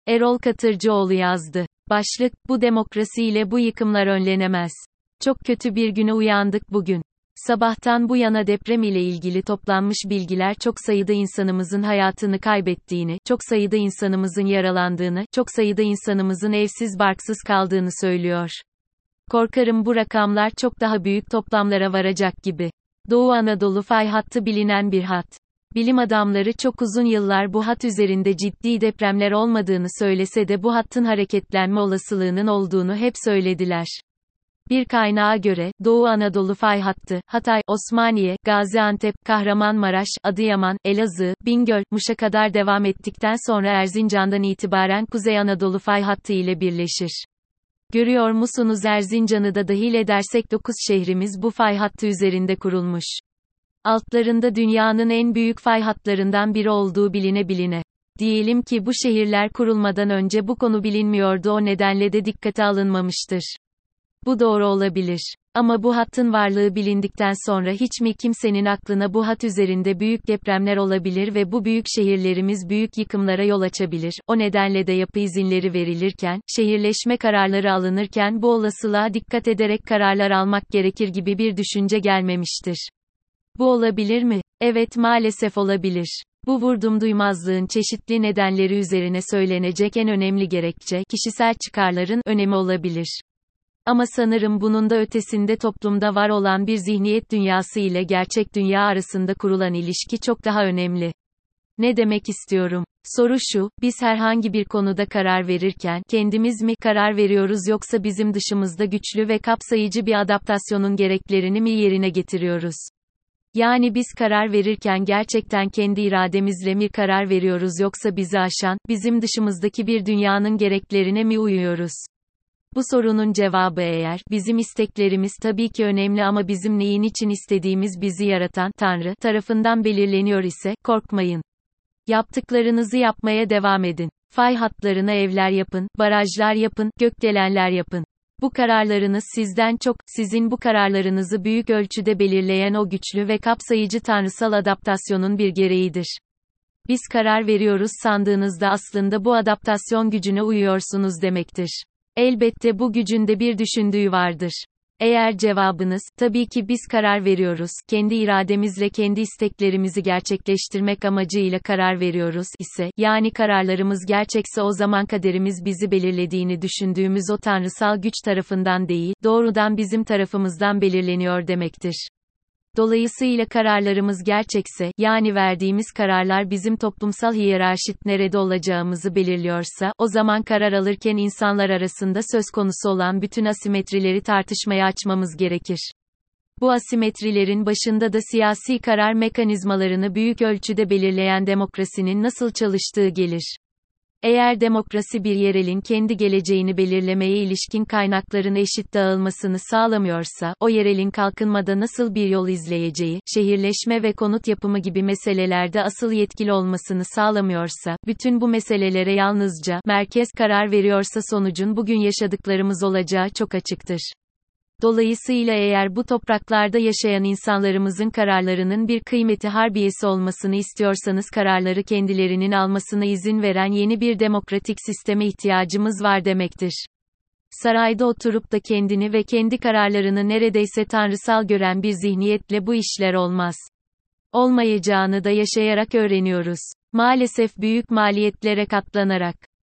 Erol Katırcıoğlu yazdı. Başlık, bu demokrasiyle bu yıkımlar önlenemez. Çok kötü bir güne uyandık bugün. Sabahtan bu yana deprem ile ilgili toplanmış bilgiler çok sayıda insanımızın hayatını kaybettiğini, çok sayıda insanımızın yaralandığını, çok sayıda insanımızın evsiz barksız kaldığını söylüyor. Korkarım bu rakamlar çok daha büyük toplamlara varacak gibi. Doğu Anadolu fay hattı bilinen bir hat. Bilim adamları çok uzun yıllar bu hat üzerinde ciddi depremler olmadığını söylese de bu hattın hareketlenme olasılığının olduğunu hep söylediler. Bir kaynağa göre, Doğu Anadolu fay hattı, Hatay, Osmaniye, Gaziantep, Kahramanmaraş, Adıyaman, Elazığ, Bingöl, Muş'a kadar devam ettikten sonra Erzincan'dan itibaren Kuzey Anadolu fay hattı ile birleşir. Görüyor musunuz, Erzincan'ı da dahil edersek 9 şehrimiz bu fay hattı üzerinde kurulmuş. Altlarında dünyanın en büyük fay hatlarından biri olduğu biline. Diyelim ki bu şehirler kurulmadan önce bu konu bilinmiyordu, o nedenle de dikkate alınmamıştır. Bu doğru olabilir. Ama bu hattın varlığı bilindikten sonra hiç mi kimsenin aklına bu hat üzerinde büyük depremler olabilir ve bu büyük şehirlerimiz büyük yıkımlara yol açabilir, o nedenle de yapı izinleri verilirken, şehirleşme kararları alınırken bu olasılığa dikkat ederek kararlar almak gerekir gibi bir düşünce gelmemiştir. Bu olabilir mi? Evet, maalesef olabilir. Bu vurdumduymazlığın çeşitli nedenleri üzerine söylenecek en önemli gerekçe, kişisel çıkarların önemi olabilir. Ama sanırım bunun da ötesinde toplumda var olan bir zihniyet dünyası ile gerçek dünya arasında kurulan ilişki çok daha önemli. Ne demek istiyorum? Soru şu, biz herhangi bir konuda karar verirken, kendimiz mi karar veriyoruz yoksa bizim dışımızda güçlü ve kapsayıcı bir adaptasyonun gereklerini mi yerine getiriyoruz? Yani biz karar verirken gerçekten kendi irademizle mi karar veriyoruz yoksa bizi aşan, bizim dışımızdaki bir dünyanın gereklerine mi uyuyoruz? Bu sorunun cevabı eğer, bizim isteklerimiz tabii ki önemli ama bizim neyin için istediğimiz bizi yaratan, Tanrı, tarafından belirleniyor ise, korkmayın. Yaptıklarınızı yapmaya devam edin. Fay hatlarına evler yapın, barajlar yapın, gökdelenler yapın. Bu kararlarınız sizden çok, sizin bu kararlarınızı büyük ölçüde belirleyen o güçlü ve kapsayıcı tanrısal adaptasyonun bir gereğidir. Biz karar veriyoruz sandığınızda aslında bu adaptasyon gücüne uyuyorsunuz demektir. Elbette bu gücün de bir düşündüğü vardır. Eğer cevabınız, tabii ki biz karar veriyoruz, kendi irademizle kendi isteklerimizi gerçekleştirmek amacıyla karar veriyoruz ise, yani kararlarımız gerçekse o zaman kaderimiz bizi belirlediğini düşündüğümüz o tanrısal güç tarafından değil, doğrudan bizim tarafımızdan belirleniyor demektir. Dolayısıyla kararlarımız gerçekse, yani verdiğimiz kararlar bizim toplumsal hiyerarşit nerede olacağımızı belirliyorsa, o zaman karar alırken insanlar arasında söz konusu olan bütün asimetrileri tartışmaya açmamız gerekir. Bu asimetrilerin başında da siyasi karar mekanizmalarını büyük ölçüde belirleyen demokrasinin nasıl çalıştığı gelir. Eğer demokrasi bir yerelin kendi geleceğini belirlemeye ilişkin kaynakların eşit dağılmasını sağlamıyorsa, o yerelin kalkınmada nasıl bir yol izleyeceği, şehirleşme ve konut yapımı gibi meselelerde asıl yetkili olmasını sağlamıyorsa, bütün bu meselelere yalnızca merkez karar veriyorsa sonucun bugün yaşadıklarımız olacağı çok açıktır. Dolayısıyla eğer bu topraklarda yaşayan insanlarımızın kararlarının bir kıymeti harbiyesi olmasını istiyorsanız kararları kendilerinin almasına izin veren yeni bir demokratik sisteme ihtiyacımız var demektir. Sarayda oturup da kendini ve kendi kararlarını neredeyse tanrısal gören bir zihniyetle bu işler olmaz. Olmayacağını da yaşayarak öğreniyoruz. Maalesef büyük maliyetlere katlanarak.